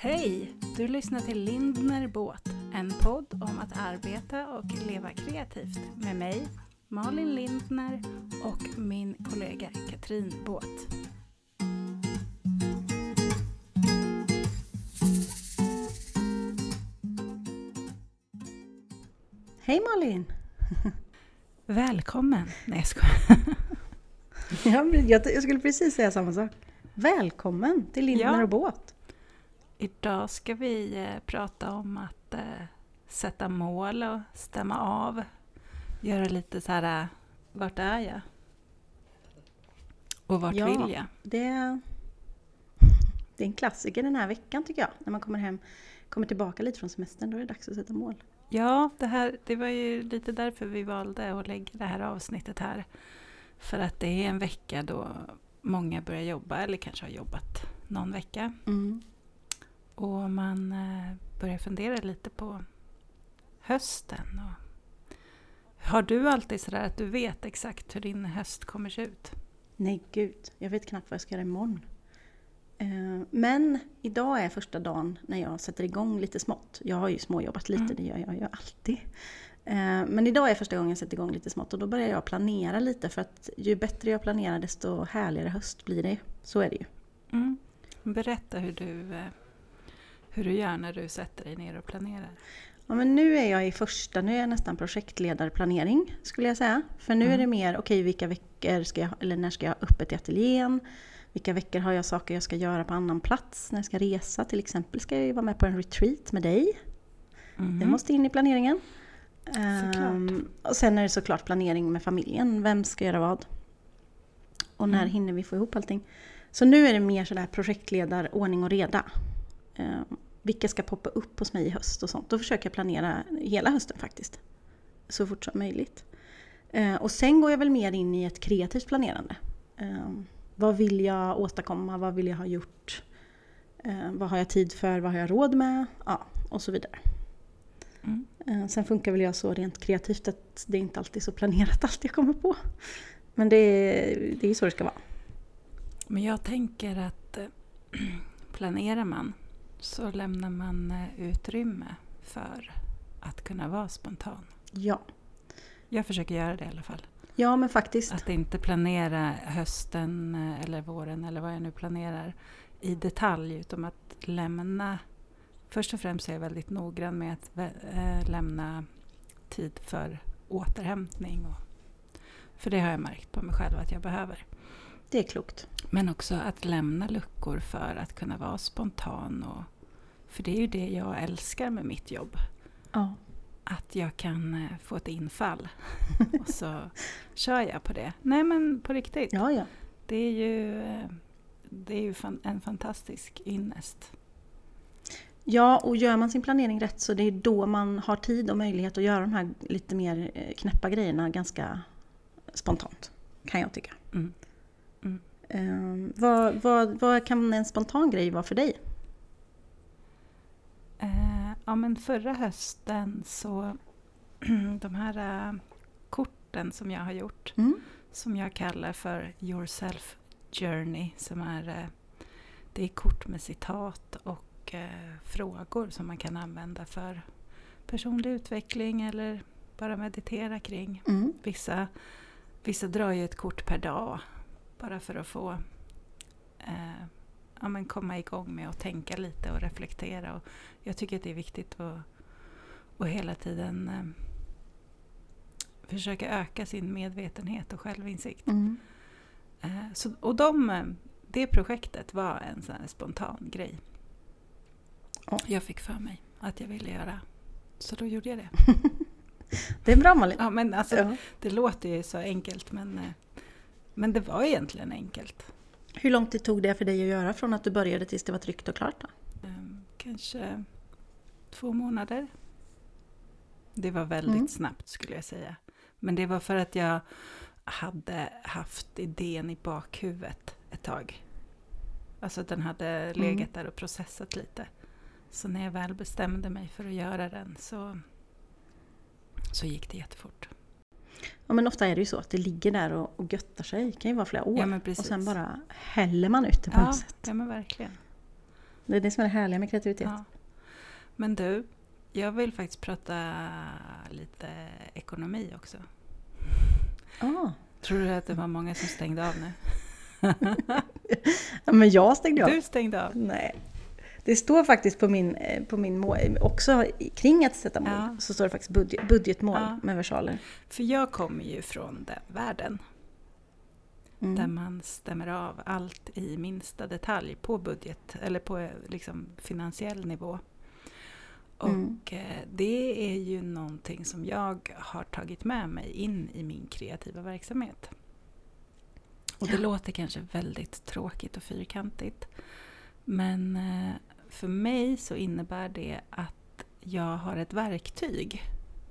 Hej! Du lyssnar till Lindner Båt, en podd om att arbeta och leva kreativt med mig, Malin Lindner och min kollega Katrin Båt. Hej Malin! Välkommen! Nej, jag skojar. Jag skulle precis säga samma sak. Välkommen till Lindner Båt. Idag ska vi prata om att sätta mål och stämma av. Göra lite så här, vart är jag? Och vart vill jag? Det är en klassiker den här veckan tycker jag. När man kommer tillbaka lite från semestern, då är det dags att sätta mål. Ja, det var ju lite därför vi valde att lägga det här avsnittet här. För att det är en vecka då många börjar jobba, eller kanske har jobbat någon vecka. Mm. Och man börjar fundera lite på hösten. Har du alltid sådär att du vet exakt hur din höst kommer se ut? Nej gud, jag vet knappt vad jag ska göra imorgon. Men idag är första dagen när jag sätter igång lite smått. Jag har ju småjobbat lite, det gör jag ju alltid. Men idag är första gången jag sätter igång lite smått och då börjar jag planera lite. För att ju bättre jag planerar desto härligare höst blir det. Så är det ju. Mm. Berätta hur du gör när du sätter dig ner och planerar. Ja, men nu är jag nästan projektledarplanering skulle jag säga. För nu är det mer, vilka veckor när ska jag ha öppet i ateljén? Vilka veckor har jag saker jag ska göra på annan plats? När jag ska resa till exempel ska jag ju vara med på en retreat med dig. Det måste in i planeringen. Och sen är det såklart planering med familjen. Vem ska göra vad? Och när hinner vi få ihop allting? Så nu är det mer sådär projektledar, ordning och reda. Vilka ska poppa upp hos mig i höst och sånt. Då försöker jag planera hela hösten faktiskt. Så fort som möjligt. Och sen går jag väl mer in i ett kreativt planerande. Vad vill jag åstadkomma? Vad vill jag ha gjort? Vad har jag tid för? Vad har jag råd med? Ja, och så vidare. Sen funkar väl jag så rent kreativt att det är inte alltid så planerat allt jag kommer på. Men det är så det ska vara. Men jag tänker att planerar man så lämnar man utrymme för att kunna vara spontan. Ja. Jag försöker göra det i alla fall. Ja, men faktiskt. Att inte planera hösten eller våren eller vad jag nu planerar i detalj. Utan att lämna, först och främst är jag väldigt noggrann med att lämna tid för återhämtning. För det har jag märkt på mig själv att jag behöver. Det är klokt. Men också att lämna luckor för att kunna vara spontan. För det är ju det jag älskar med mitt jobb. Ja. Att jag kan få ett infall. Och så kör jag på det. Nej men på riktigt. Ja. Det är ju en fantastisk ynnest. Ja, och gör man sin planering rätt så det är då man har tid och möjlighet att göra de här lite mer knäppa grejerna ganska spontant. Kan jag tycka. Vad kan en spontan grej vara för dig? Ja, men förra hösten så de här korten som jag har gjort som jag kallar för Yourself Journey som det är kort med citat och frågor som man kan använda för personlig utveckling eller bara meditera kring. Vissa drar ju ett kort per dag bara för att få komma igång med att tänka lite och reflektera. Och jag tycker att det är viktigt att hela tiden försöka öka sin medvetenhet och självinsikt. Det projektet var en sån här spontan grej. Jag fick för mig att jag ville göra. Så då gjorde jag det. Det är bra Malin. Ja, men alltså, det låter ju så enkelt men det var egentligen enkelt. Hur lång tid tog det för dig att göra från att du började tills det var tryckt och klart då? Kanske 2 månader. Det var väldigt snabbt skulle jag säga. Men det var för att jag hade haft idén i bakhuvudet ett tag. Alltså den hade legat där och processat lite. Så när jag väl bestämde mig för att göra den så gick det jättefort. Ja, men ofta är det ju så att det ligger där och göttar sig. Det kan ju vara flera år. Ja, men precis. Och sen bara häller man ut det på något sätt. Ja, men verkligen. Det är det som är det härliga med kreativitet. Ja. Men du, jag vill faktiskt prata lite ekonomi också. Tror du att det var många som stängde av nu? Ja, men jag stängde av. Du stängde av? Nej. Det står faktiskt på min mål, också kring att sätta mål, så står det faktiskt budgetmål med versaler. För jag kommer ju från den världen. Där man stämmer av allt i minsta detalj på budget eller på liksom finansiell nivå. Och det är ju någonting som jag har tagit med mig in i min kreativa verksamhet. Och det låter kanske väldigt tråkigt och fyrkantigt. Men för mig så innebär det att jag har ett verktyg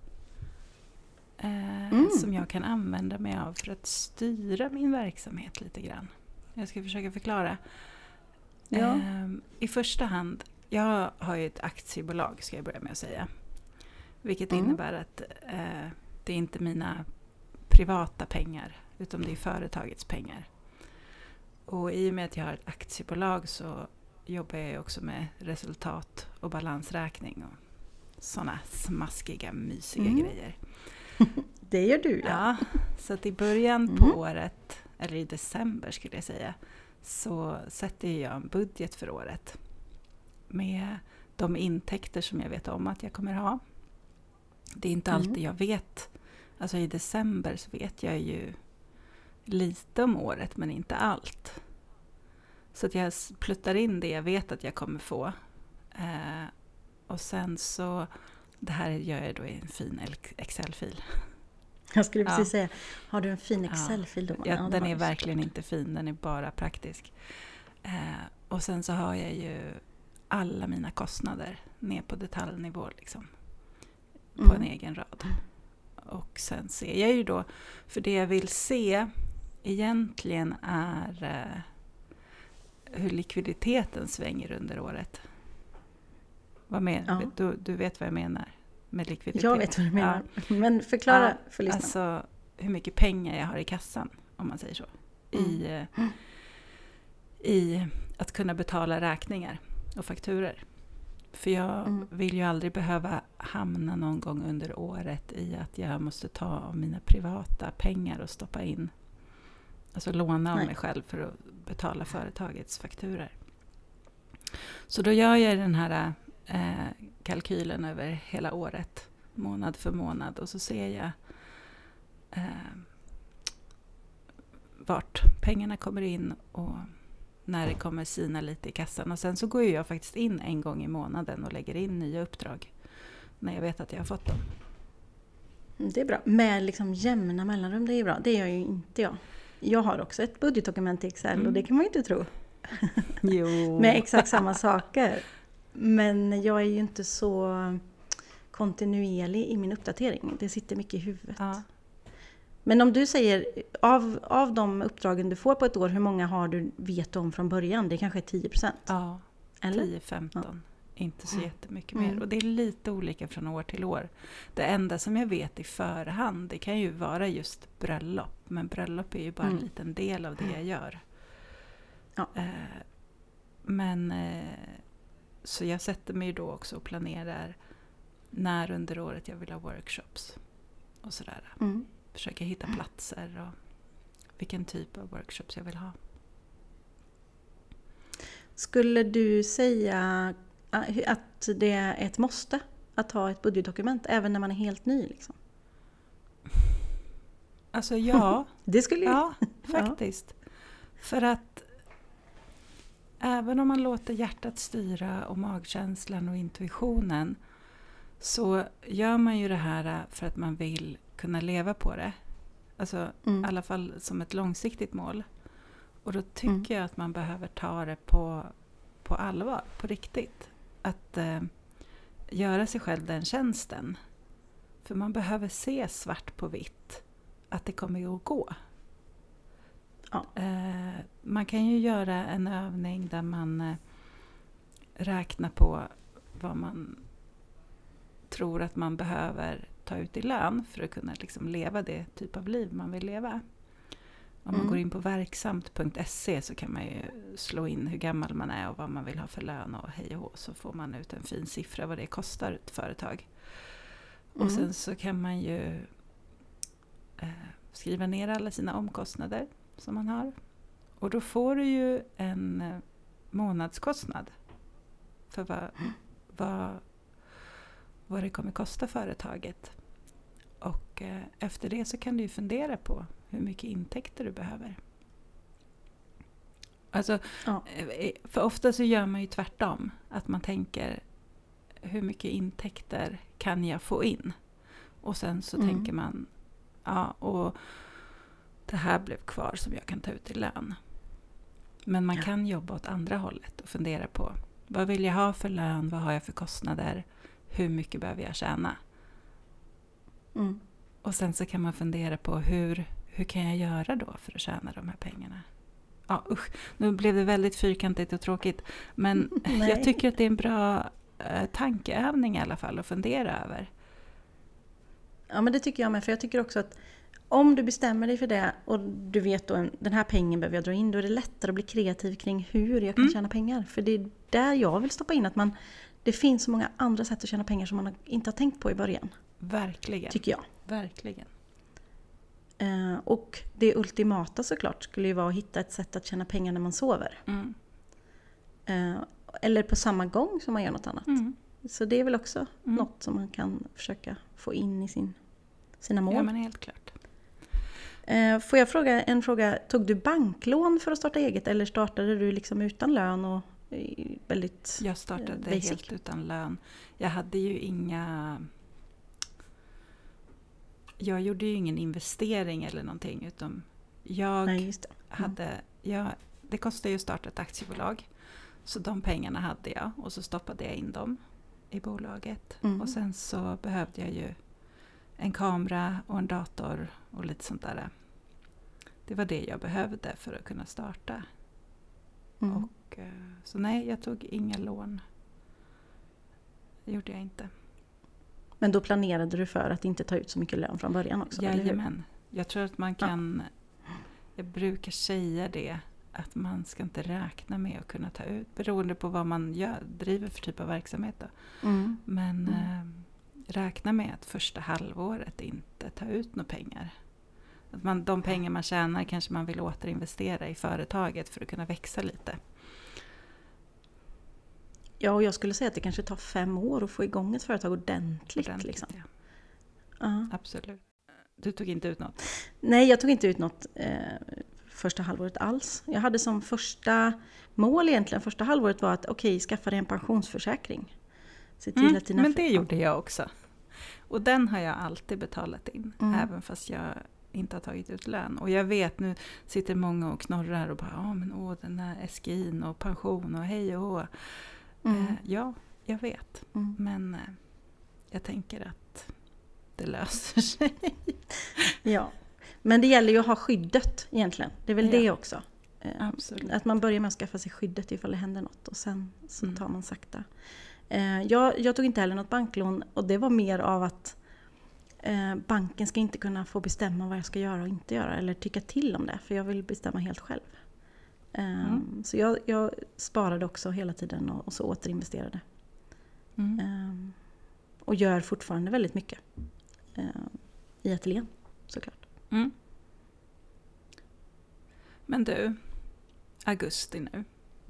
som jag kan använda mig av för att styra min verksamhet lite grann. Jag ska försöka förklara. Ja. I första hand, jag har ju ett aktiebolag ska jag börja med att säga. Vilket innebär att det är inte mina privata pengar utan det är företagets pengar. Och i och med att jag har ett aktiebolag så jobbar jag också med resultat och balansräkning och sådana smaskiga, mysiga grejer. Det gör du, ja. Så att i början på året, eller i december skulle jag säga, så sätter jag en budget för året. Med de intäkter som jag vet om att jag kommer ha. Det är inte alltid jag vet. Alltså i december så vet jag ju lite om året men inte allt. Så att jag pluttar in det jag vet att jag kommer få. Och sen så, det här gör jag då i en fin Excel-fil. Jag skulle precis säga, har du en fin Excel-fil då? Ja, den är verkligen inte fin, den är bara praktisk. Och sen så har jag ju alla mina kostnader ner på detaljnivå liksom. På en egen rad. Och sen ser jag ju då, för det jag vill se egentligen är hur likviditeten svänger under året. Vad menar du vet vad jag menar med likviditet? Jag vet vad du menar, men förklara för lyssnarna. Alltså hur mycket pengar jag har i kassan, om man säger så. I att kunna betala räkningar och fakturer. För jag vill ju aldrig behöva hamna någon gång under året i att jag måste ta av mina privata pengar och stoppa in. Alltså låna av mig själv för att betala företagets fakturer. Så då gör jag den här kalkylen över hela året, månad för månad. Och så ser jag vart pengarna kommer in och när det kommer sina lite i kassan. Och sen så går jag faktiskt in en gång i månaden och lägger in nya uppdrag när jag vet att jag har fått dem. Det är bra. Med liksom jämna mellanrum, det är bra. Det gör ju inte jag. Jag har också ett budgetdokument i Excel och det kan man ju inte tro. Jo. Med exakt samma saker. Men jag är ju inte så kontinuerlig i min uppdatering. Det sitter mycket i huvudet. Ja. Men om du säger, av de uppdragen du får på ett år, hur många vet du om från början? Det kanske är 10%? Ja, 10-15. Ja. Inte så jättemycket mer. Och det är lite olika från år till år. Det enda som jag vet i förhand, det kan ju vara just bröllop. Men bröllop är ju bara en liten del av det jag gör. Ja. Så jag sätter mig då också och planerar när under året jag vill ha workshops. Och sådär. Försöker hitta platser och vilken typ av workshops jag vill ha. Skulle du säga att det är ett måste att ha ett budgetdokument även när man är helt ny? Liksom? Alltså ja. Det skulle ju... Ja, faktiskt. För att även om man låter hjärtat styra och magkänslan och intuitionen så gör man ju det här för att man vill kunna leva på det. Alltså i alla fall som ett långsiktigt mål. Och då tycker jag att man behöver ta det på allvar, på riktigt. Att göra sig själv den tjänsten. För man behöver se svart på vitt att det kommer att gå. Ja. Man kan ju göra en övning där man räknar på vad man tror att man behöver ta ut i lön för att kunna liksom leva det typ av liv man vill leva. Om man går in på verksamt.se så kan man ju slå in hur gammal man är och vad man vill ha för lön och hej och hå, så får man ut en fin siffra vad det kostar ett företag. Och sen så kan man ju skriva ner alla sina omkostnader som man har. Och då får du ju en månadskostnad för vad det kommer kosta företaget. Och efter det så kan du ju fundera på hur mycket intäkter du behöver. Alltså, för ofta så gör man ju tvärtom. Att man tänker, hur mycket intäkter kan jag få in? Och sen så tänker man, och det här blev kvar som jag kan ta ut i lön. Men man kan jobba åt andra hållet och fundera på, vad vill jag ha för lön? Vad har jag för kostnader? Hur mycket behöver jag tjäna? Och sen så kan man fundera på hur kan jag göra då för att tjäna de här pengarna? Ja, nu blev det väldigt fyrkantigt och tråkigt. Men jag tycker att det är en bra tankeövning i alla fall att fundera över. Ja, men det tycker jag med. För jag tycker också att om du bestämmer dig för det och du vet då den här pengen behöver jag dra in, då är det lättare att bli kreativ kring hur jag kan tjäna pengar. För det är där jag vill stoppa in att det finns så många andra sätt att tjäna pengar som man inte har tänkt på i början. Verkligen. Tycker jag. Verkligen. Och det ultimata såklart skulle ju vara att hitta ett sätt att tjäna pengar när man sover. Eller på samma gång som man gör något annat. Så det är väl också något som man kan försöka få in i sina mål. Ja, men helt klart. Får jag fråga en fråga? Tog du banklån för att starta eget eller startade du liksom utan lön och väldigt Jag startade basic? Helt utan lön. Jag hade ju jag gjorde ju ingen investering eller någonting, utan det kostade ju att starta ett aktiebolag. Så de pengarna hade jag och så stoppade jag in dem i bolaget. Och sen så behövde jag ju en kamera och en dator och lite sånt där. Det var det jag behövde för att kunna starta. Och så nej, jag tog inga lån. Det gjorde jag inte. Men då planerade du för att inte ta ut så mycket lön från början också? Jajamän. Jag tror att man kan... Jag brukar säga det. Att man ska inte räkna med att kunna ta ut. Beroende på vad man driver för typ av verksamhet. Då. Men räkna med att första halvåret inte ta ut några pengar. Att de pengar man tjänar kanske man vill återinvestera i företaget för att kunna växa lite. Ja, och jag skulle säga att det kanske tar 5 år att få igång ett företag ordentligt liksom. Ja. Absolut. Du tog inte ut något? Nej, jag tog inte ut något första halvåret alls. Jag hade som första mål egentligen, första halvåret var att skaffa dig en pensionsförsäkring. Se till att men det gjorde jag också. Och den har jag alltid betalat in, även fast jag inte har tagit ut lön. Och jag vet, nu sitter många och knorrar och bara, den här SGI:n och pension och hej och hå. Ja, jag vet. Men jag tänker att det löser sig. Ja, men det gäller ju att ha skyddet egentligen. Det är väl det också. Absolut. Att man börjar med att skaffa sig skyddet ifall det händer något. Och sen så tar man sakta. Jag tog inte heller något banklån. Och det var mer av att banken ska inte kunna få bestämma vad jag ska göra och inte göra. Eller tycka till om det. För jag vill bestämma helt själv. Så jag sparade också hela tiden och så återinvesterade. Och gör fortfarande väldigt mycket. I ateljén, såklart. Men du, augusti nu.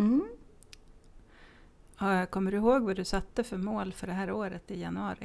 Kommer du ihåg vad du satte för mål för det här året i januari?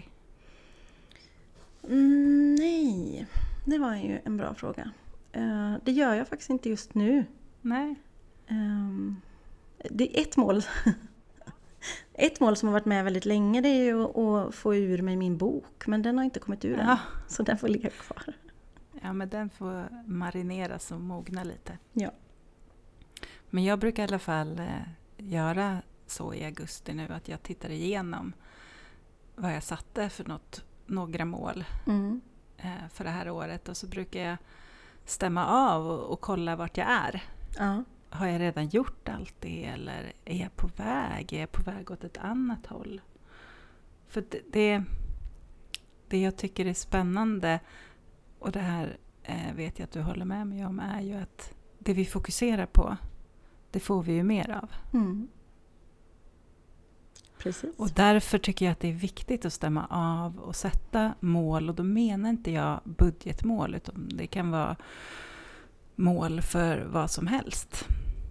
Nej, det var ju en bra fråga. Det gör jag faktiskt inte just nu. Nej. Det är ett mål. Ett mål som har varit med väldigt länge, det är ju att få ur mig min bok. Men den har inte kommit ur än. Så den får ligga kvar. Ja, men den får marineras och mogna lite. Ja. Men jag brukar i alla fall göra så i augusti nu. Att jag tittar igenom vad jag satte för några mål för det här året. Och så brukar jag stämma av och kolla vart jag är. Ja. Har jag redan gjort allt det? Eller är jag på väg? Är jag på väg åt ett annat håll? För det jag tycker är spännande och det här vet jag att du håller med mig om, är ju att det vi fokuserar på, det får vi ju mer av. Precis. Och därför tycker jag att det är viktigt att stämma av och sätta mål. Och då menar inte jag budgetmål, utan det kan vara mål för vad som helst.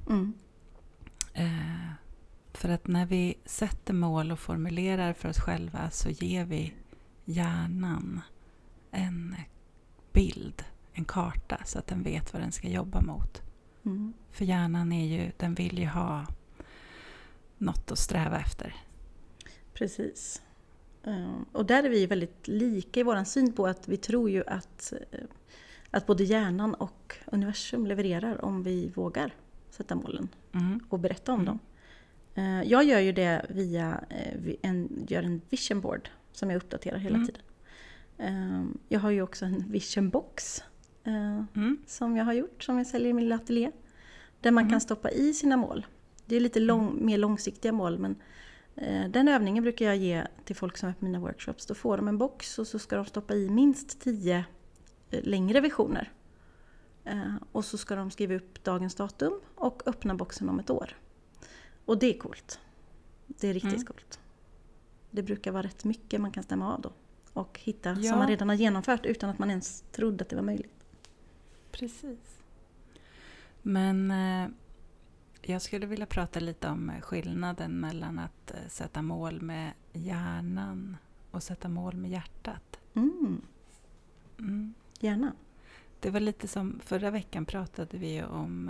För att när vi sätter mål och formulerar för oss själva, så ger vi hjärnan en bild, en karta, så att den vet vad den ska jobba mot. För hjärnan den vill ju ha något att sträva efter. Precis. Och där är vi väldigt lika i våran syn på att vi tror ju att både hjärnan och universum levererar om vi vågar sätta målen och berätta om dem. Jag gör ju det via en vision board som jag uppdaterar hela tiden. Jag har ju också en vision box som jag har gjort, som jag säljer i min lilla ateljé. Där man kan stoppa i sina mål. Det är lite mer långsiktiga mål, men den övningen brukar jag ge till folk som är på mina workshops. Då får de en box och så ska de stoppa i minst 10 längre visioner. Och så ska de skriva upp dagens datum och öppna boxen om ett år. Och det är coolt. Det är riktigt coolt. Det brukar vara rätt mycket man kan stämma av då. Och hitta som man redan har genomfört utan att man ens trodde att det var möjligt. Precis. Men jag skulle vilja prata lite om skillnaden mellan att sätta mål med hjärnan och sätta mål med hjärtat. Gärna. Det var lite som förra veckan pratade vi om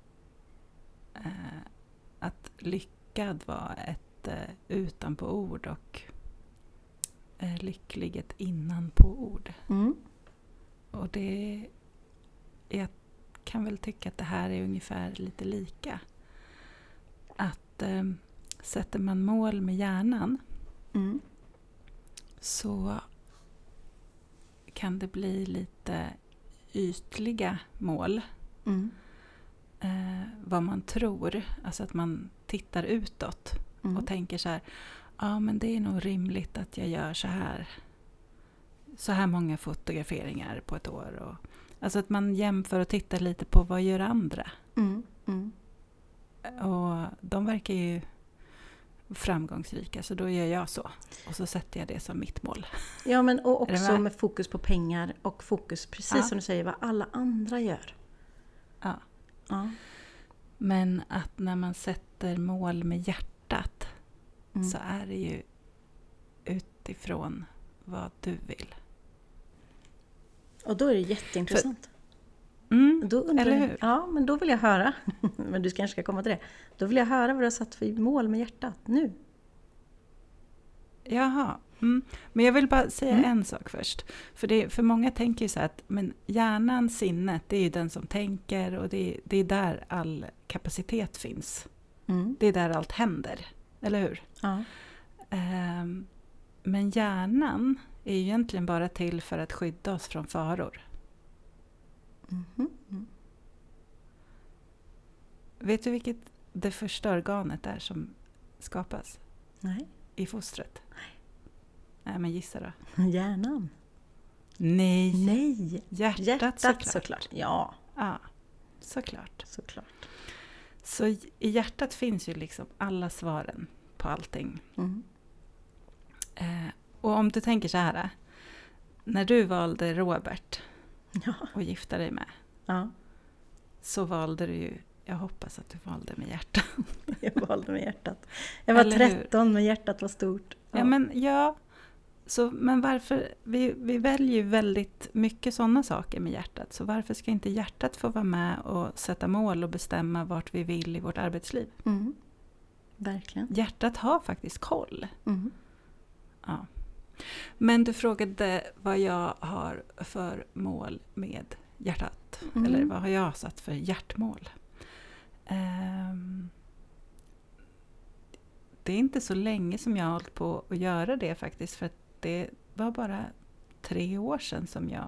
att lyckad var ett utanpå ord och lycklig ett innanpå ord. Och jag kan väl tycka att det här är ungefär lite lika. Att sätter man mål med hjärnan så kan det bli lite ytliga mål. Vad man tror. Alltså att man tittar utåt och tänker så här: ja, men det är nog rimligt att jag gör så här många fotograferingar på ett år. Och, alltså att man jämför och tittar lite på vad gör andra. Och de verkar ju framgångsrika, så då gör jag så. Och så sätter jag det som mitt mål. Ja, men och också med fokus på pengar och fokus, precis som du säger, vad alla andra gör. Ja. Men att när man sätter mål med hjärtat så är det ju utifrån vad du vill. Och då är det jätteintressant. Eller hur? Ja, men då vill jag höra. Men du kanske ska komma till det. Då vill jag höra vad du har satt för mål med hjärtat nu. Jaha. Men jag vill bara säga en sak först. För många tänker ju så här att men hjärnan, sinnet, det är ju den som tänker, och det är där all kapacitet finns. Det är där allt händer. Eller hur? Ja. Men hjärnan är ju egentligen bara till för att skydda oss från faror. Vet du vilket det första organet är som skapas? Nej. I fostret? Nej, men gissa då. Hjärnan. Nej. Hjärtat såklart. Ja, såklart. Så i hjärtat finns ju liksom alla svaren på allting. Och om du tänker så här, när du valde Robert och gifta dig med, så valde du ju, jag hoppas att du valde med hjärtat. Jag valde med hjärtat. Jag var 13, men hjärtat var stort. Men varför, vi väljer ju väldigt mycket sådana saker med hjärtat. Så varför ska inte hjärtat få vara med och sätta mål och bestämma vart vi vill i vårt arbetsliv? Verkligen. Hjärtat har faktiskt koll. Ja. Men du frågade vad jag har för mål med hjärtat. Eller vad har jag satt för hjärtmål? Det är inte så länge som jag har hållit på att göra det faktiskt. För att det var bara 3 år sedan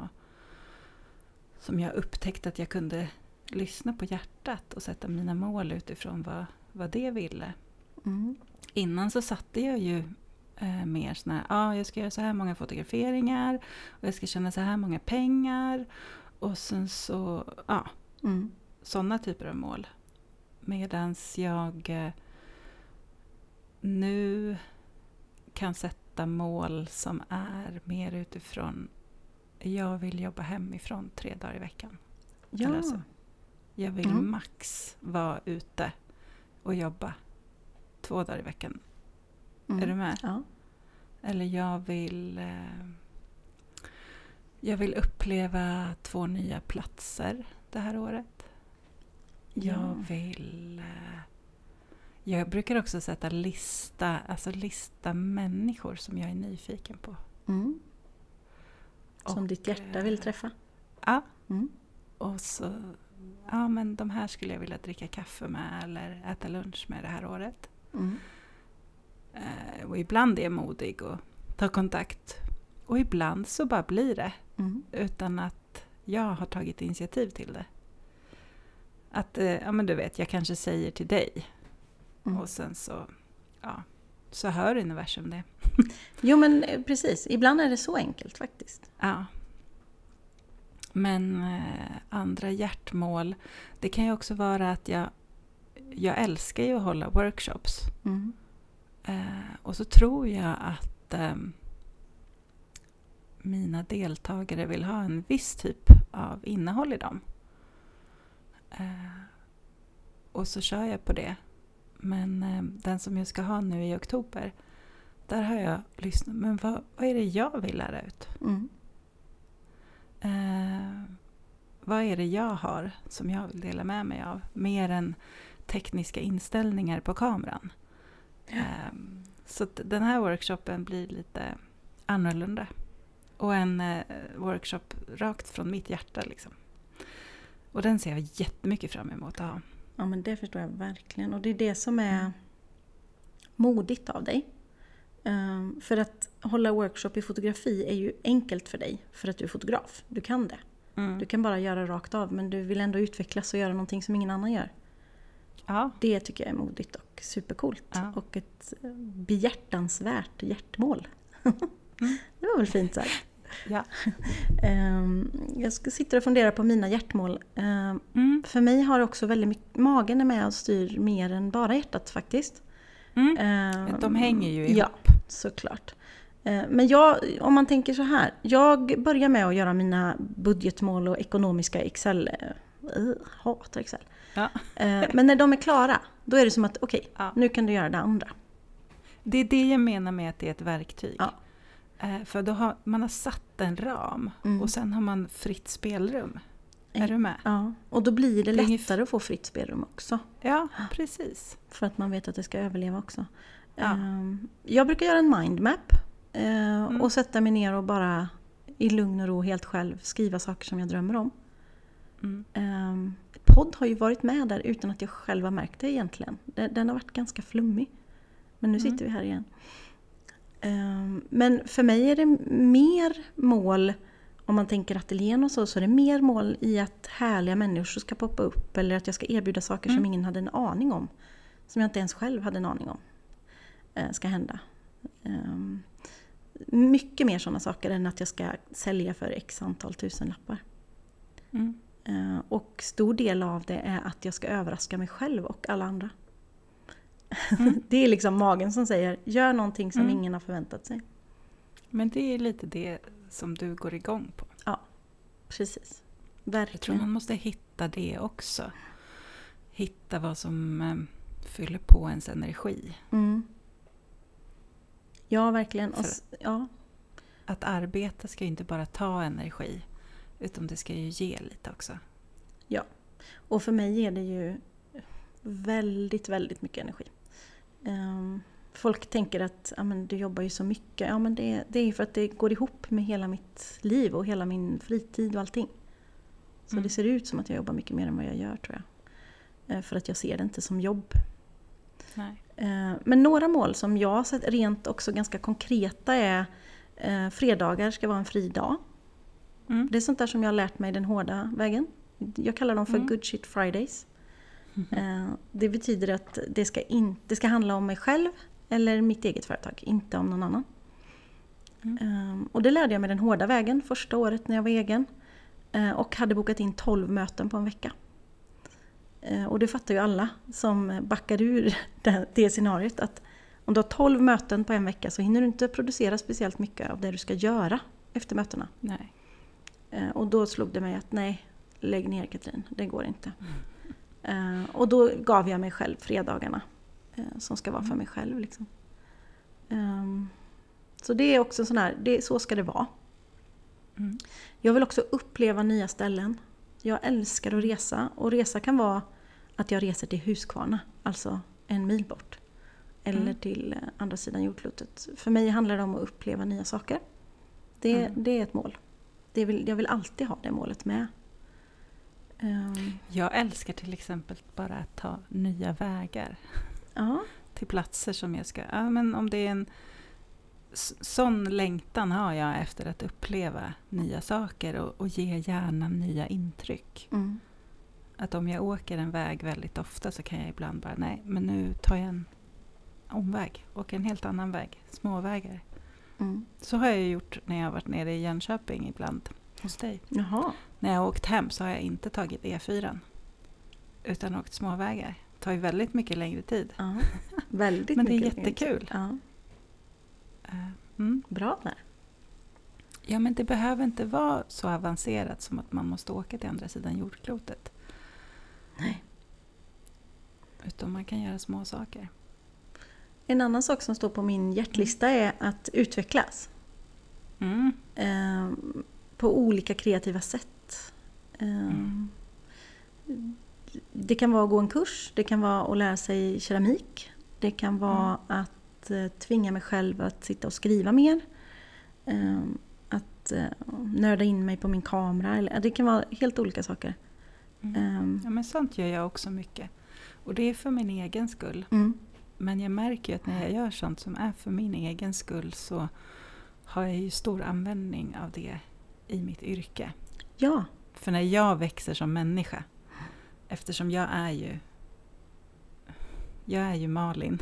som jag upptäckte att jag kunde lyssna på hjärtat och sätta mina mål utifrån vad det ville. Innan så satte jag ju mer såna här, jag ska göra så här många fotograferingar och jag ska tjäna så här många pengar Och sen så, sådana typer av mål. Medans jag nu kan sätta mål som är mer utifrån, jag vill jobba hemifrån 3 dagar i veckan. Ja. Alltså, jag vill max vara ute och jobba 2 dagar i veckan. Är du med? Ja. Eller jag vill uppleva 2 nya platser det här året. Ja. Jag brukar också sätta lista människor som jag är nyfiken på. Som ditt hjärta vill träffa. Ja. Och så, men de här skulle jag vilja dricka kaffe med eller äta lunch med det här året. Och ibland är jag modig och tar kontakt. Och ibland så bara blir det. Utan att jag har tagit initiativ till det. Att, men du vet, jag kanske säger till dig. Och sen så hör universum det. Jo, men precis. Ibland är det så enkelt faktiskt. Ja. Men andra hjärtmål, det kan ju också vara att jag älskar ju att hålla workshops. Och så tror jag att mina deltagare vill ha en viss typ av innehåll i dem. Och så kör jag på det. Men den som jag ska ha nu i oktober, där har jag lyssnat. Men vad är det jag vill lära ut? Vad är det jag har som jag vill dela med mig av? Mer än tekniska inställningar på kameran. Så att den här workshopen blir lite annorlunda. Och en workshop rakt från mitt hjärta liksom. Och den ser jag jättemycket fram emot att ha. Ja, men det förstår jag verkligen. Och det är det som är modigt av dig. För att hålla workshop i fotografi är ju enkelt för dig. För att du är fotograf. Du kan det. Du kan bara göra rakt av. Men du vill ändå utvecklas och göra någonting som ingen annan gör. Ja. Det tycker jag är modigt och supercoolt. Ja. Och ett behjärtansvärt hjärtmål. Det var väl fint sagt. Ja. Jag ska sitta och fundera på mina hjärtmål. För mig har också väldigt mycket, magen är med och styr mer än bara hjärtat faktiskt. De hänger ju ihop. Ja, såklart. Men om man tänker så här. Jag börjar med att göra mina budgetmål och ekonomiska Excel. Hatar Excel. Ja. Men när de är klara, då är det som att nu kan du göra det andra. Det är det jag menar med att det är ett verktyg. Ja. För då har man satt en ram och sen har man fritt spelrum. Är du med? Ja, och då blir det lättare att få fritt spelrum också. Ja, precis. För att man vet att det ska överleva också. Ja. Jag brukar göra en mindmap och sätta mig ner och bara i lugn och ro helt själv skriva saker som jag drömmer om. Podd har ju varit med där utan att jag själv har märkt det egentligen. Den har varit ganska flummig. Men nu sitter vi här igen. Men för mig är det mer mål, om man tänker ateljén och så är det mer mål i att härliga människor ska poppa upp eller att jag ska erbjuda saker som ingen hade en aning om. Som jag inte ens själv hade en aning om ska hända. Mycket mer sådana saker än att jag ska sälja för x antal tusenlappar. Och stor del av det är att jag ska överraska mig själv och alla andra. Det är liksom magen som säger, gör någonting som ingen har förväntat sig. Men det är lite det som du går igång på. Ja, precis. Verkligen. Jag tror man måste hitta det också. Hitta vad som fyller på ens energi. Ja, verkligen. Att arbeta ska ju inte bara ta energi, utan det ska ju ge lite också. Ja, och för mig ger det ju väldigt, väldigt mycket energi. Folk tänker att du jobbar ju så mycket. Ja, men det är för att det går ihop med hela mitt liv och hela min fritid och allting. Så det ser ut som att jag jobbar mycket mer än vad jag gör, tror jag. För att jag ser det inte som jobb. Nej. Men några mål som jag har sett rent också ganska konkreta är fredagar ska vara en fri dag. Det är sånt där som jag har lärt mig den hårda vägen. Jag kallar dem för good shit Fridays. Det betyder att det ska handla om mig själv eller mitt eget företag, inte om någon annan. Och det lärde jag mig den hårda vägen första året när jag var egen. Och hade bokat in 12 möten på en vecka. Och det fattar ju alla som backar ur det scenariot, att om du har 12 möten på en vecka så hinner du inte producera speciellt mycket av det du ska göra efter mötena. Nej. Och då slog det mig att nej, lägg ner Katrin, det går inte. Och då gav jag mig själv fredagarna som ska vara för mig själv. Liksom. Så det är också sån här, så ska det vara. Jag vill också uppleva nya ställen. Jag älskar att resa. Och resa kan vara att jag reser till Huskvarna, alltså 1 mil bort. Eller till andra sidan jordklotet. För mig handlar det om att uppleva nya saker. Det är ett mål. Jag vill alltid ha det målet med. Jag älskar till exempel bara att ta nya vägar till platser som jag ska... Ja, men om det är en sån längtan har jag efter att uppleva nya saker och ge hjärnan nya intryck. Att om jag åker en väg väldigt ofta så kan jag ibland bara, nej, men nu tar jag en omväg. Åker en helt annan väg, småvägar. Så har jag gjort när jag har varit nere i Jönköping ibland hos dig. Jaha. När jag har åkt hem så har jag inte tagit E4 utan åkt småvägar. Det tar ju väldigt mycket längre tid. Ja, väldigt men det är mycket jättekul. Ja. Bra där. Ja, men det behöver inte vara så avancerat som att man måste åka till andra sidan jordklotet. Nej. Utan man kan göra små saker. En annan sak som står på min hjärtlista är att utvecklas. På olika kreativa sätt. Det kan vara att gå en kurs. Det kan vara att lära sig keramik. Det kan vara att tvinga mig själv att sitta och skriva mer. Att nörda in mig på min kamera. Det kan vara helt olika saker. Ja, men sånt gör jag också mycket. Och det är för min egen skull. Men jag märker ju att när jag gör sånt som är för min egen skull så har jag ju stor användning av det i mitt yrke. Ja. För när jag växer som människa, eftersom jag är ju Malin.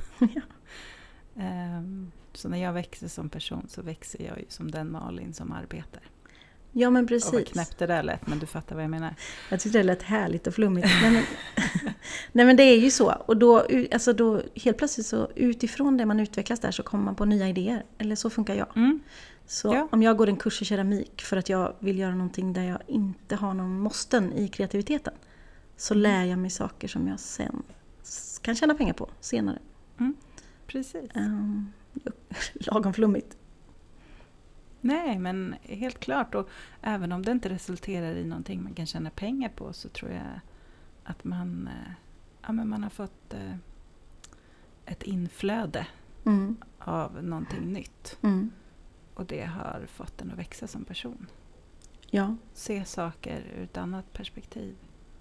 Så när jag växer som person så växer jag ju som den Malin som arbetar. Ja, men precis. Och vad knäppt det där lät, men du fattar vad jag menar. Jag tyckte det lät härligt och flummigt. Nej, men det är ju så. Och då helt plötsligt så utifrån det man utvecklas där så kommer man på nya idéer. Eller så funkar jag. Så om jag går en kurs i keramik för att jag vill göra någonting där jag inte har någon måsten i kreativiteten. Så lär jag mig saker som jag sen kan tjäna pengar på senare. Precis. Lagom flummigt. Nej, men helt klart. Och även om det inte resulterar i någonting man kan tjäna pengar på så tror jag att man har fått ett inflöde av någonting nytt. Och det har fått en att växa som person. Ja. Se saker ur ett annat perspektiv.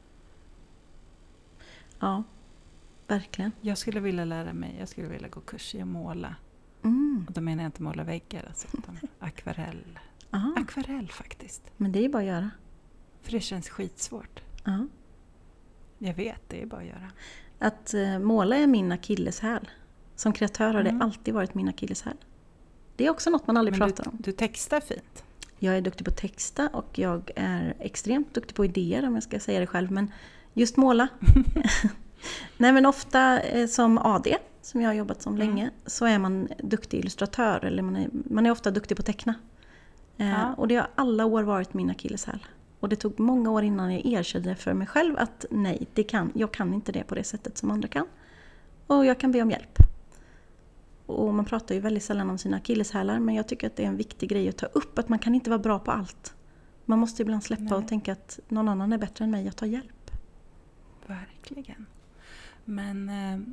Ja, verkligen. Jag skulle vilja gå kurs i att måla. Och då menar jag inte måla väggar, alltså, utan akvarell. Aha. Akvarell faktiskt. Men det är ju bara att göra. För det känns skitsvårt. Ja. Jag vet, det är bara att göra. Att måla är min akilleshäl. Som kreatör har det alltid varit min akilleshäl. Det är också något man aldrig pratar om. Du textar fint. Jag är duktig på att texta och jag är extremt duktig på idéer, om jag ska säga det själv. Men just måla. Nej, men ofta som AD, som jag har jobbat som länge, så är man duktig illustratör. Eller man är ofta duktig på att teckna. Och det har alla år varit min akilleshäl. Och det tog många år innan jag erkände för mig själv att nej, jag kan inte det på det sättet som andra kan. Och jag kan be om hjälp. Och man pratar ju väldigt sällan om sina akilleshälar, men jag tycker att det är en viktig grej att ta upp, att man kan inte vara bra på allt. Man måste ibland släppa och tänka att någon annan är bättre än mig, jag tar hjälp. Verkligen. Men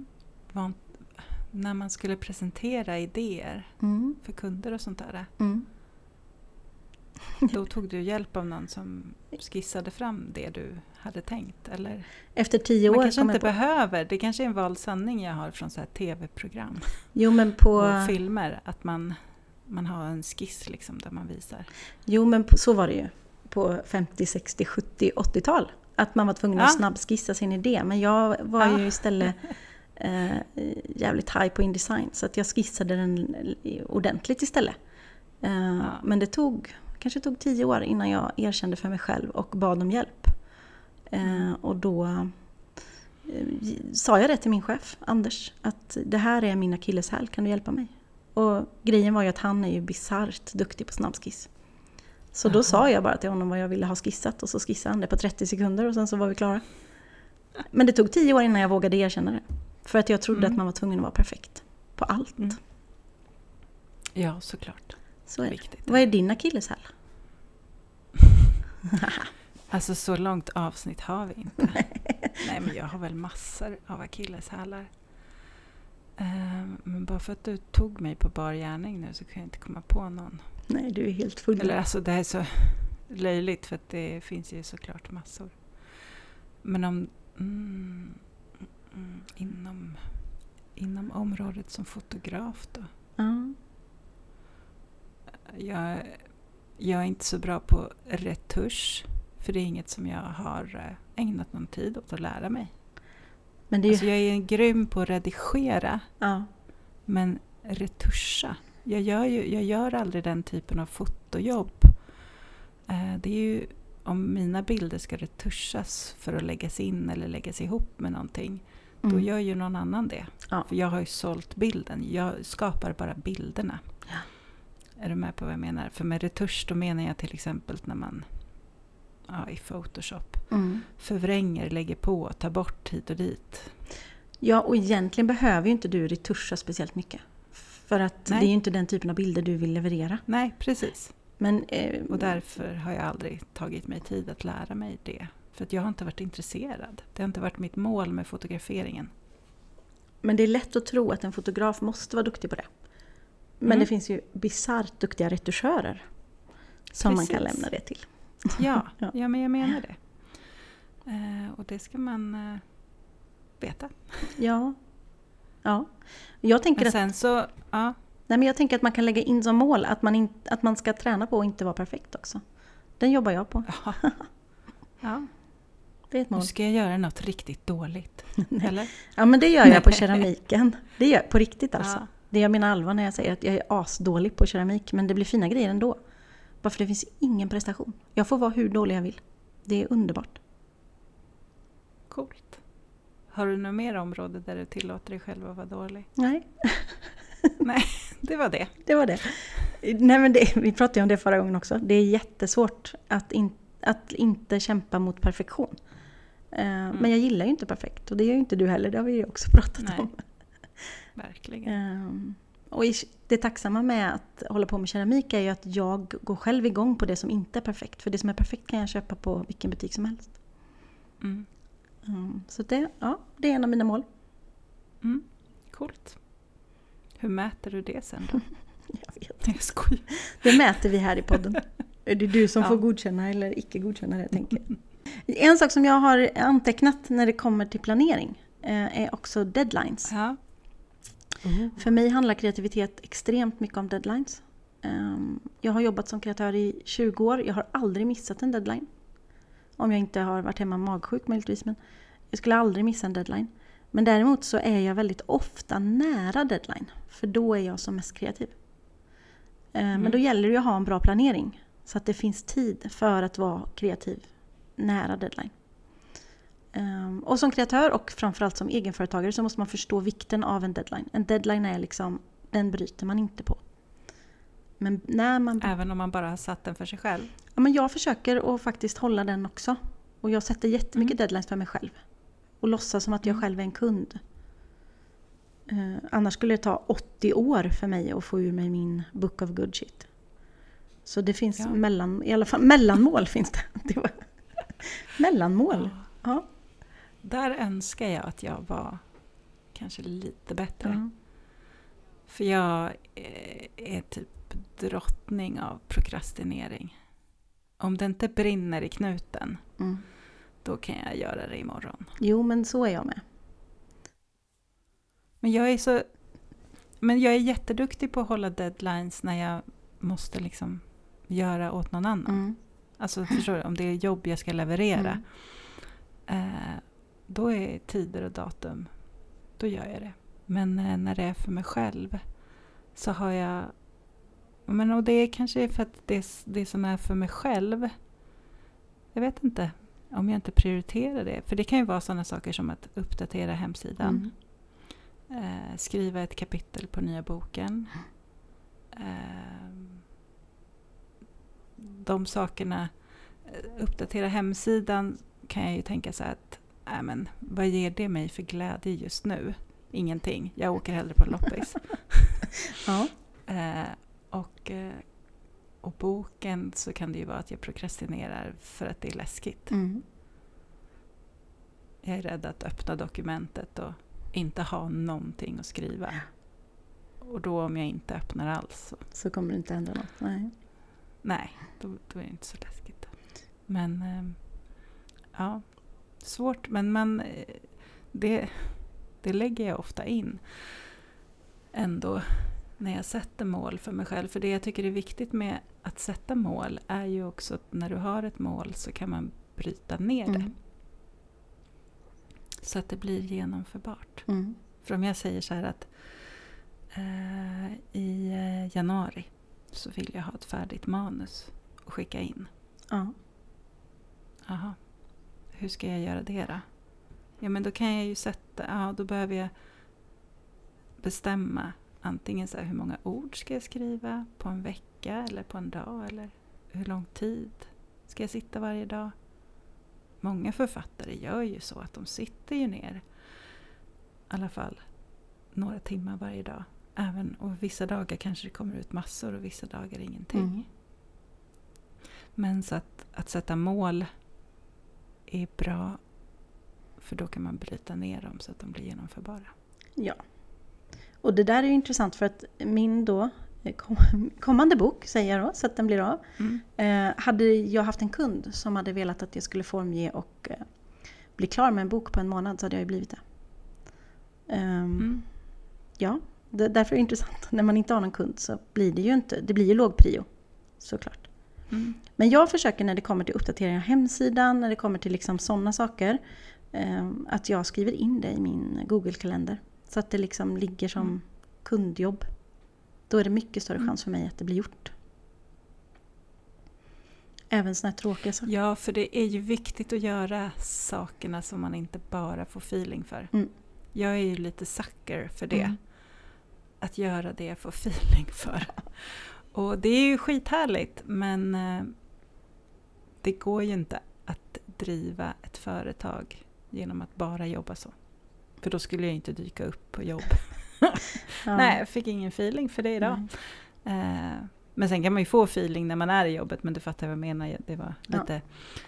när man skulle presentera idéer för kunder och sånt där, då tog du hjälp av någon som skissade fram det du hade tänkt, eller? Efter 10 år man kanske inte behöver, det kanske är en vald sanning jag har från så här tv-program. Jo, men och filmer, att man har en skiss liksom där man visar. Jo, men så var det ju på 50, 60, 70, 80-tal. Att man var tvungen att snabbskissa sin idé. Men jag var ju istället jävligt high på InDesign. Så att jag skissade den ordentligt istället. Men det tog kanske tog 10 år innan jag erkände för mig själv och bad om hjälp. Och då sa jag det till min chef, Anders, att det här är min akilleshäl, kan du hjälpa mig? Och grejen var ju att han är ju bisarrt duktig på snabbskiss. Så då sa jag bara till honom vad jag ville ha skissat och så skissade han det på 30 sekunder och sen så var vi klara. Men det tog 10 år innan jag vågade erkänna det. För att jag trodde att man var tvungen att vara perfekt på allt. Ja, såklart. Så är viktigt. Vad är din akilleshäl? Alltså så långt avsnitt har vi inte. Nej, men jag har väl massor av akilleshälar. Men bara för att du tog mig på bar gärning nu så kan jag inte komma på någon. Nej, du är helt full. Eller alltså det är så löjligt för att det finns ju såklart massor. Men om inom området som fotograf då. Jag är inte så bra på retusch. För det är inget som jag har ägnat någon tid åt att lära mig. Men det är alltså jag är grym på att redigera. Ja. Men retuscha. Jag gör aldrig den typen av fotojobb. Det är ju om mina bilder ska retuschas för att läggas in eller läggas ihop med någonting. Då gör ju någon annan det. Ja. För jag har ju sålt bilden. Jag skapar bara bilderna. Ja. Är du med på vad jag menar? För med retusch då menar jag till exempel när man i Photoshop förvränger, lägger på, tar bort hit och dit. Ja, och egentligen behöver ju inte du retuscha speciellt mycket. För att det är ju inte den typen av bilder du vill leverera. Nej, precis. Men, och därför har jag aldrig tagit mig tid att lära mig det. För att jag har inte varit intresserad. Det har inte varit mitt mål med fotograferingen. Men det är lätt att tro att en fotograf måste vara duktig på det. Men det finns ju bisarrt duktiga retuschörer som man kan lämna det till. Ja, men jag menar det. Och det ska man veta. Ja. Jag tänker men sen så, Nej, men jag tänker att man kan lägga in som mål att man ska träna på att inte vara perfekt också. Den jobbar jag på. Ja. Det är ett mål. Nu ska jag göra något riktigt dåligt. Eller? Ja, men det gör jag på keramiken. Det gör jag på riktigt alltså. Ja. Det är min allvar när jag säger att jag är asdålig på keramik. Men det blir fina grejer ändå. Bara för det finns ingen prestation. Jag får vara hur dålig jag vill. Det är underbart. Coolt. Har du något mer område där du tillåter dig själv att vara dålig? Nej. Nej, det var det. Det var det. Nej, men vi pratade om det förra gången också. Det är jättesvårt att inte kämpa mot perfektion. Men jag gillar ju inte perfekt. Och det gör ju inte du heller. Det har vi ju också pratat om. Verkligen. Och det tacksamma med att hålla på med keramik är ju att jag går själv igång på det som inte är perfekt. För det som är perfekt kan jag köpa på vilken butik som helst. Så det är en av mina mål. Coolt. Hur mäter du det sen då? Jag vet. Jag skojar. Det mäter vi här i podden. Det är du som får godkänna eller icke godkänna det, tänker jag. En sak som jag har antecknat när det kommer till planering är också deadlines. Ja. För mig handlar kreativitet extremt mycket om deadlines. Jag har jobbat som kreatör i 20 år. Jag har aldrig missat en deadline. Om jag inte har varit hemma magsjuk möjligtvis. Men jag skulle aldrig missa en deadline. Men däremot så är jag väldigt ofta nära deadline. För då är jag som mest kreativ. Men då gäller det att ha en bra planering. Så att det finns tid för att vara kreativ nära deadline. Och som kreatör och framförallt som egenföretagare så måste man förstå vikten av en deadline. En deadline är liksom, den bryter man inte på. Men när man... Även om man bara har satt den för sig själv? Ja, men jag försöker att faktiskt hålla den också. Och jag sätter jättemycket deadlines för mig själv. Och låtsas som att jag själv är en kund. Annars skulle det ta 80 år för mig att få ur mig min book of good shit. Så det finns i alla fall mellanmål finns det. Mellanmål. Ja. Där önskar jag att jag var kanske lite bättre. För jag är typ drottning av prokrastinering. Om det inte brinner i knuten, då kan jag göra det imorgon. Jo, men så är jag med. Men jag är jätteduktig på att hålla deadlines när jag måste liksom göra åt någon annan. Alltså förstår du, om det är jobb jag ska leverera. Då är tider och datum, då gör jag det. Men när det är för mig själv så har jag Men och det är kanske för att det som är för mig själv. Jag vet inte om jag inte prioriterar det. För det kan ju vara sådana saker som att uppdatera hemsidan. Skriva ett kapitel på nya boken. De sakerna, uppdatera hemsidan kan jag ju tänka så att men, vad ger det mig för glädje just nu? Ingenting. Jag åker hellre på loppis. Ja. Och boken så kan det ju vara att jag prokrastinerar för att det är läskigt. Jag är rädd att öppna dokumentet och inte ha någonting att skriva. Och då om jag inte öppnar alls. Så kommer det inte hända något. Nej, då är det inte så läskigt. Men ja, svårt. Men det lägger jag ofta in ändå när jag sätter mål för mig själv. För det jag tycker är viktigt med att sätta mål är ju också att när du har ett mål så kan man bryta ner det. Så att det blir genomförbart. För om jag säger så här att i januari så vill jag ha ett färdigt manus och skicka in. Ja. Aha. Hur ska jag göra det då? Ja, men då kan jag ju då behöver jag bestämma antingen så här, hur många ord ska jag skriva på en vecka eller på en dag, eller hur lång tid ska jag sitta varje dag? Många författare gör ju så att de sitter ju ner i alla fall några timmar varje dag. Och vissa dagar kanske det kommer ut massor och vissa dagar ingenting. Men så att sätta mål är bra, för då kan man bryta ner dem så att de blir genomförbara. Ja. Och det där är ju intressant för att min då kommande bok, säger jag då, så att den blir av. Hade jag haft en kund som hade velat att jag skulle formge och bli klar med en bok på en månad, så hade jag ju blivit det. Ja, därför är det intressant. När man inte har någon kund så blir det ju inte, det blir ju låg prio, såklart. Men jag försöker när det kommer till uppdatering av hemsidan, när det kommer till liksom sådana saker, att jag skriver in det i min Google-kalender. Så att det liksom ligger som kundjobb. Då är det mycket större chans för mig att det blir gjort. Även sådana här tråkiga saker. Ja, för det är ju viktigt att göra sakerna som man inte bara får feeling för. Jag är ju lite sucker för det. Att göra det jag får feeling för. Och det är ju skithärligt, men det går ju inte att driva ett företag genom att bara jobba så. För då skulle jag inte dyka upp på jobb. Nej, jag fick ingen feeling för det idag. Men sen kan man ju få feeling när man är i jobbet, men du fattar vad jag menar. Det var lite...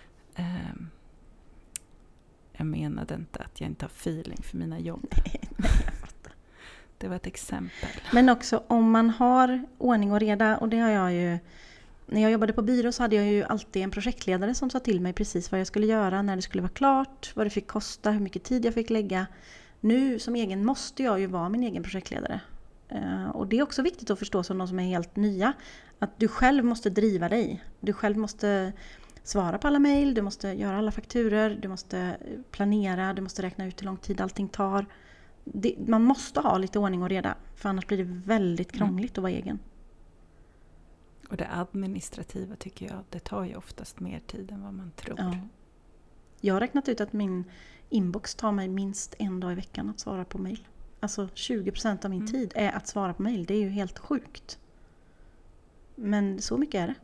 jag menade inte att jag inte har feeling för mina jobb. Nej, jag fattar. Det var ett exempel. Men också om man har ordning och reda, och det har jag ju... När jag jobbade på byrå så hade jag ju alltid en projektledare som sa till mig precis vad jag skulle göra, när det skulle vara klart, vad det fick kosta, hur mycket tid jag fick lägga. Nu som egen måste jag ju vara min egen projektledare. Och det är också viktigt att förstå som de som är helt nya, att du själv måste driva dig. Du själv måste svara på alla mejl, du måste göra alla fakturer, du måste planera, du måste räkna ut hur lång tid allting tar. Man måste ha lite ordning och reda, för annars blir det väldigt krångligt att vara egen. Och det administrativa tycker jag, det tar ju oftast mer tid än vad man tror. Ja. Jag har räknat ut att min inbox tar mig minst en dag i veckan att svara på mejl. Alltså 20% av min tid är att svara på mejl. Det är ju helt sjukt. Men så mycket är det.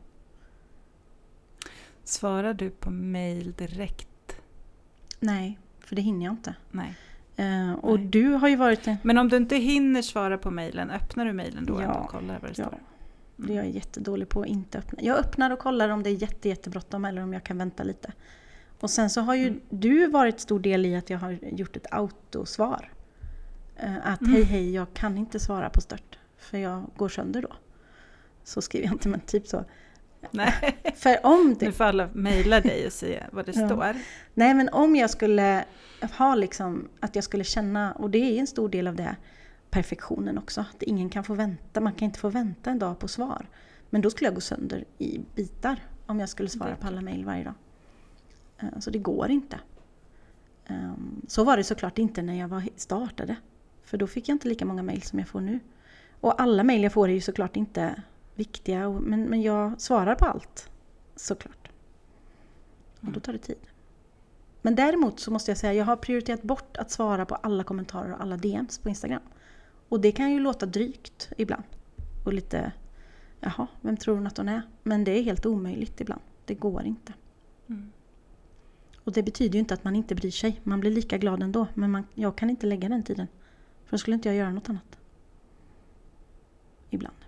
Svarar du på mejl direkt? Nej, för det hinner jag inte. Nej. Och Nej. du har ju varit... Men om du inte hinner svara på mejlen, öppnar du mejlen då och kollar vad det står? Det är jag jättedålig på att inte öppna. Jag öppnar och kollar om det är jättebråttom eller om jag kan vänta lite. Och sen så har ju du varit stor del i att jag har gjort ett autosvar. Att hej, jag kan inte svara på stört. För jag går sönder då. Så skriver jag inte, men typ så. Nej, för om det... nu får alla mejla dig och se vad det står. Nej, men om jag skulle ha liksom, att jag skulle känna, och det är en stor del av det, perfektionen också. Att ingen kan få vänta, man kan inte få vänta en dag på svar. Men då skulle jag gå sönder i bitar om jag skulle svara på alla mejl varje dag. Så det går inte. Så var det såklart inte när jag startade. För då fick jag inte lika många mejl som jag får nu. Och alla mejl jag får är ju såklart inte viktiga. Men jag svarar på allt, såklart. Och då tar det tid. Men däremot så måste jag säga, jag har prioriterat bort att svara på alla kommentarer och alla DMs på Instagram. Och det kan ju låta drygt ibland. Och lite, jaha, vem tror hon att hon är? Men det är helt omöjligt ibland. Det går inte. Mm. Och det betyder ju inte att man inte bryr sig. Man blir lika glad ändå. Men jag kan inte lägga den tiden. För då skulle inte jag göra något annat. Ibland.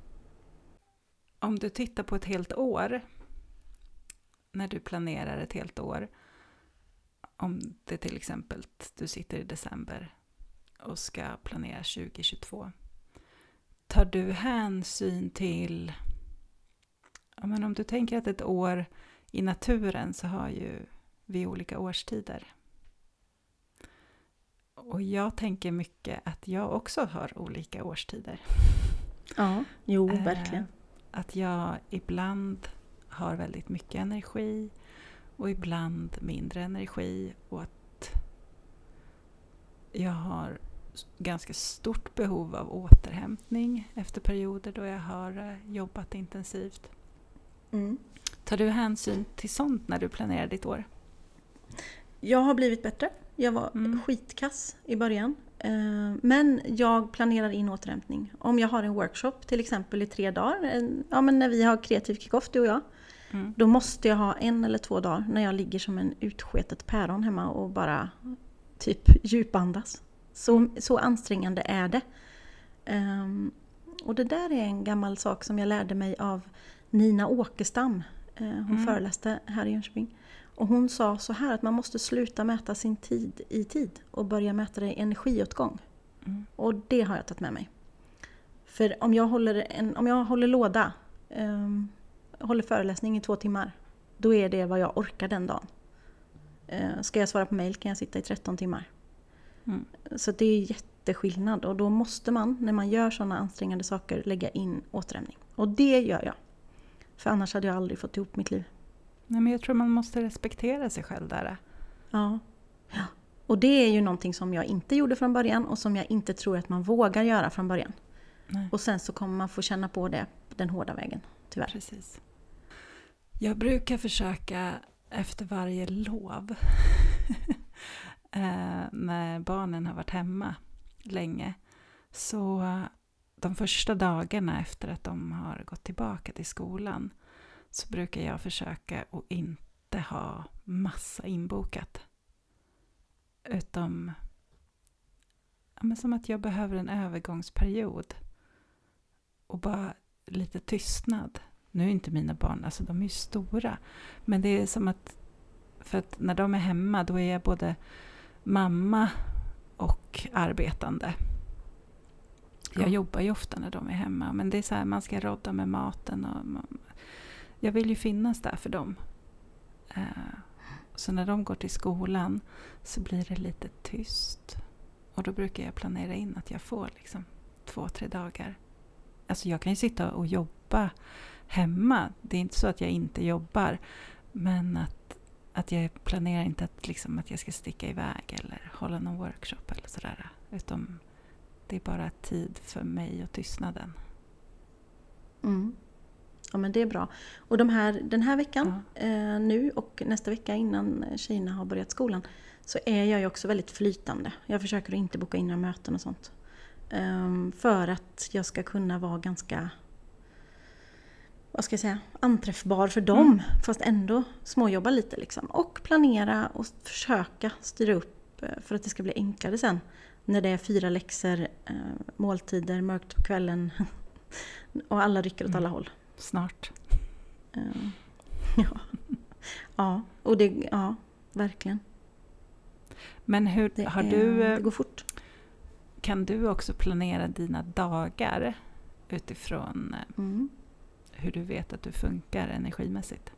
Om du tittar på ett helt år. När du planerar ett helt år. Om det till exempel du sitter i december och ska planera 2022. Tar du hänsyn till, ja, men om du tänker att ett år i naturen så har ju vi olika årstider. Och jag tänker mycket att jag också har olika årstider. Ja, jo, verkligen. Att jag ibland har väldigt mycket energi och ibland mindre energi. Och att jag har ganska stort behov av återhämtning efter perioder då jag har jobbat intensivt. Mm. Tar du hänsyn till sånt när du planerar ditt år? Jag har blivit bättre. Jag var skitkass i början. Men jag planerar in återhämtning. Om jag har en workshop till exempel i 3 dagar. Ja, men när vi har kreativ kick-off, du och jag. Då måste jag ha 1 eller 2 dagar när jag ligger som en utsketet päron hemma och bara typ djupandas. Så ansträngande är det. Och det där är en gammal sak som jag lärde mig av Nina Åkerstam. Hon föreläste här i Jönköping. Och hon sa så här att man måste sluta mäta sin tid i tid och börja mäta det i energiåtgång. Och det har jag tagit med mig. För om jag håller låda, håller föreläsning i 2 timmar, då är det vad jag orkar den dagen. Ska jag svara på mejl kan jag sitta i 13 timmar. Så det är jätteskillnad. Och då måste man, när man gör sådana ansträngande saker, lägga in återhämtning. Och det gör jag. För annars hade jag aldrig fått ihop mitt liv. Nej, men jag tror man måste respektera sig själv där. Ja. Och det är ju någonting som jag inte gjorde från början och som jag inte tror att man vågar göra från början. Nej. Och sen så kommer man få känna på det den hårda vägen, tyvärr. Precis. Jag brukar försöka efter varje lov när barnen har varit hemma länge, så de första dagarna efter att de har gått tillbaka till skolan så brukar jag försöka att inte ha massa inbokat. Utom som att jag behöver en övergångsperiod och bara lite tystnad. Nu är inte mina barn, alltså de är ju stora, men det är som att, för att när de är hemma då är jag både mamma och arbetande. Jag jobbar ju ofta när de är hemma, men det är så här, man ska rodda med maten och jag vill ju finnas där för dem. Så när de går till skolan så blir det lite tyst. Och då brukar jag planera in att jag får liksom 2-3 dagar. Alltså jag kan ju sitta och jobba hemma. Det är inte så att jag inte jobbar. Men att jag planerar inte att, liksom, att jag ska sticka iväg eller hålla någon workshop eller sådär. Utan det är bara tid för mig och tystnaden. Ja, men det är bra. Och den här veckan, nu och nästa vecka innan tjejerna har börjat skolan, så är jag ju också väldigt flytande. Jag försöker att inte boka in några möten och sånt. För att jag ska kunna vara ganska, vad ska jag säga, anträffbar för dem. Fast ändå småjobba lite liksom. Och planera och försöka styra upp för att det ska bli enklare sen. När det är 4 läxor, måltider, mörkt på kvällen och alla rycker åt alla håll. Snart. Ja, och det, verkligen. Men hur det går fort. Kan du också planera dina dagar utifrån hur du vet att du funkar energimässigt?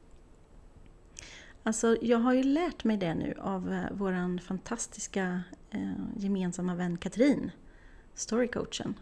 Alltså, jag har ju lärt mig det nu av våran fantastiska gemensamma vän Katrin, storycoachen.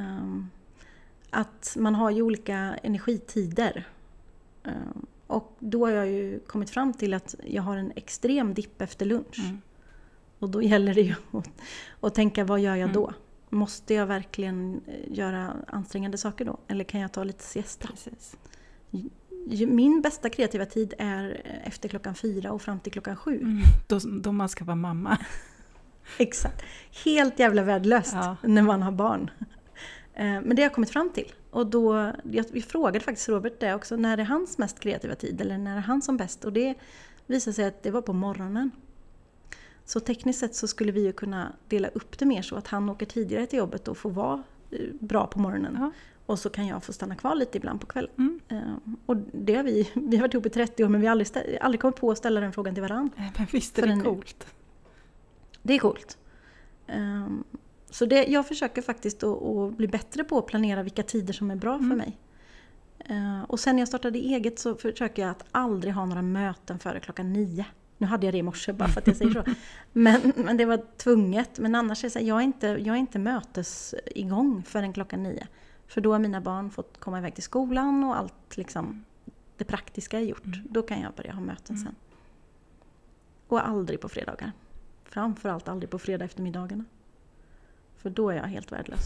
Att man har ju olika energitider. Och då har jag ju kommit fram till att jag har en extrem dipp efter lunch. Och då gäller det ju att tänka, vad gör jag då? måste jag verkligen göra ansträngande saker då? Eller kan jag ta lite siesta? Precis. Min bästa kreativa tid är efter 4:00 och fram till 7:00. Då man ska vara mamma. Exakt. Helt jävla värdelöst när man har barn. Men det har jag kommit fram till. Och då, vi frågade faktiskt Robert det också, när är hans mest kreativa tid? Eller när är han som bäst? Och det visade sig att det var på morgonen. Så tekniskt sett så skulle vi ju kunna dela upp det mer så att han åker tidigare till jobbet och får vara bra på morgonen. Ja. Och så kan jag få stanna kvar lite ibland på kvällen. Och det har vi har varit ihop i 30 år, men vi har aldrig kommit på att ställa den frågan till varandra. Men visst är det coolt. Det är coolt. Så jag försöker faktiskt att bli bättre på att planera vilka tider som är bra för mig. Och sen när jag startade eget så försöker jag att aldrig ha några möten före 9:00. Nu hade jag det i morse bara för att jag säger så. Men det var tvunget. Men annars är det så här, jag är inte mötes igång förrän 9:00. För då har mina barn fått komma iväg till skolan och allt liksom, det praktiska är gjort. Då kan jag börja ha möten sen. Och aldrig på fredagar. Framförallt aldrig på fredag eftermiddagarna. För då är jag helt värdelös.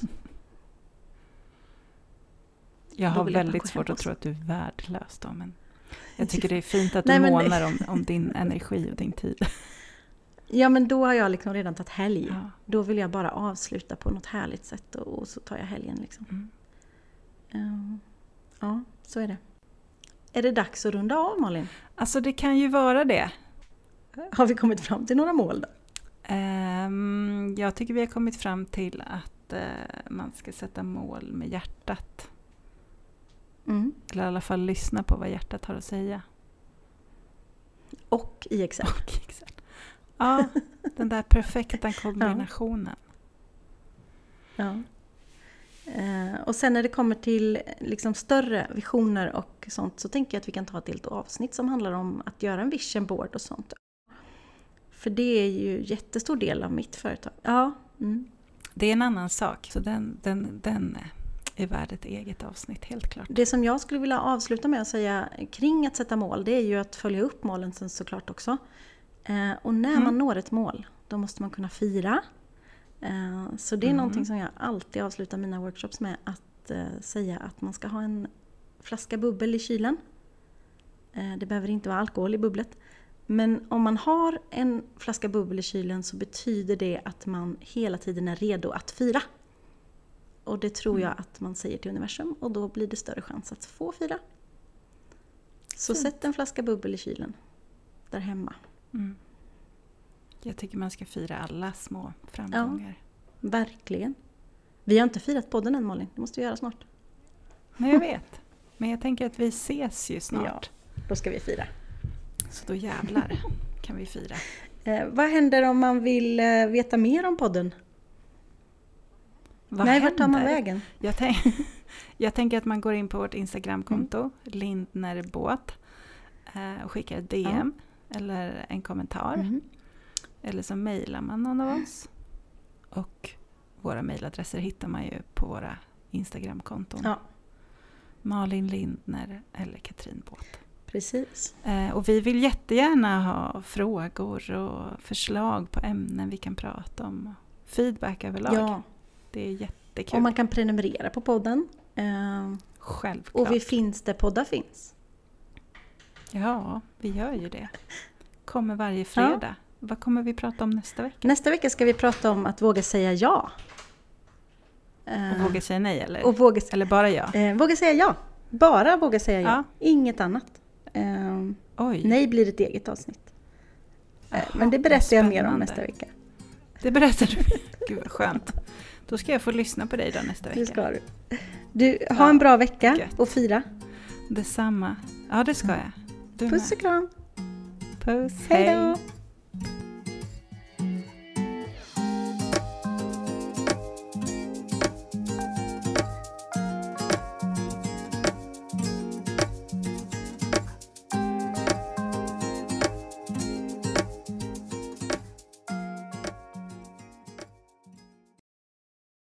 Jag har väldigt svårt att tro att du är värdelös då, men jag tycker det är fint att du månar om din energi och din tid. Ja, men då har jag liksom redan tagit helg. Ja. Då vill jag bara avsluta på något härligt sätt och så tar jag helgen liksom. Ja, så är det. Är det dags att runda av, Malin? Alltså det kan ju vara det. Har vi kommit fram till några mål då? Jag tycker vi har kommit fram till att man ska sätta mål med hjärtat. Eller i alla fall lyssna på vad hjärtat har att säga. Och i Excel. Ja, den där perfekta kombinationen. Ja. Och sen när det kommer till liksom större visioner och sånt, så tänker jag att vi kan ta ett helt avsnitt som handlar om att göra en vision board och sånt. För det är ju en jättestor del av mitt företag. Ja. Det är en annan sak, så den är värd ett eget avsnitt, helt klart. Det som jag skulle vilja avsluta med att säga kring att sätta mål, det är ju att följa upp målen sen såklart också. Och när man når ett mål, då måste man kunna fira. Så det är någonting som jag alltid avslutar mina workshops med, att säga att man ska ha en flaska bubbel i kylen. Det behöver inte vara alkohol i bubblet. Men om man har en flaska bubbel i kylen så betyder det att man hela tiden är redo att fira. Och det tror jag att man säger till universum, och då blir det större chans att få fira. Så sätt en flaska bubbel i kylen där hemma. Jag tycker man ska fira alla små framgångar. Ja, verkligen. Vi har inte firat podden än, Malin. Det måste vi göra snart. Men jag vet. Men jag tänker att vi ses ju snart. Ja, då ska vi fira. Så då jävlar kan vi fira. Vad händer om man vill veta mer om podden? Vart tar man vägen? Jag tänker att man går in på vårt Instagramkonto, Lindnerbåt, och skickar ett DM eller en kommentar. Eller så mejlar man någon av oss. Och våra mejladresser hittar man ju på våra Instagramkonton. Ja. Malin Lindner eller Katrin Båt. Precis. Och vi vill jättegärna ha frågor och förslag på ämnen vi kan prata om. Feedback överlag. Ja. Det är jättekul. Och man kan prenumerera på podden. Självklart. Och vi finns där poddar finns. Ja, vi gör ju det. Kommer varje fredag. Ja. Vad kommer vi prata om nästa vecka? Nästa vecka ska vi prata om att våga säga ja. Och våga säga nej eller? Eller bara ja? Våga säga ja. Bara våga säga ja. Inget annat. Nej blir ett eget avsnitt. Men det berättar jag mer om nästa vecka. Det berättar du. Gud vad skönt. Då ska jag få lyssna på dig då nästa vecka. Det ska du. Du, ha en bra vecka och fira. Detsamma. Ja, det ska jag. Puss och kram. Puss, hej då.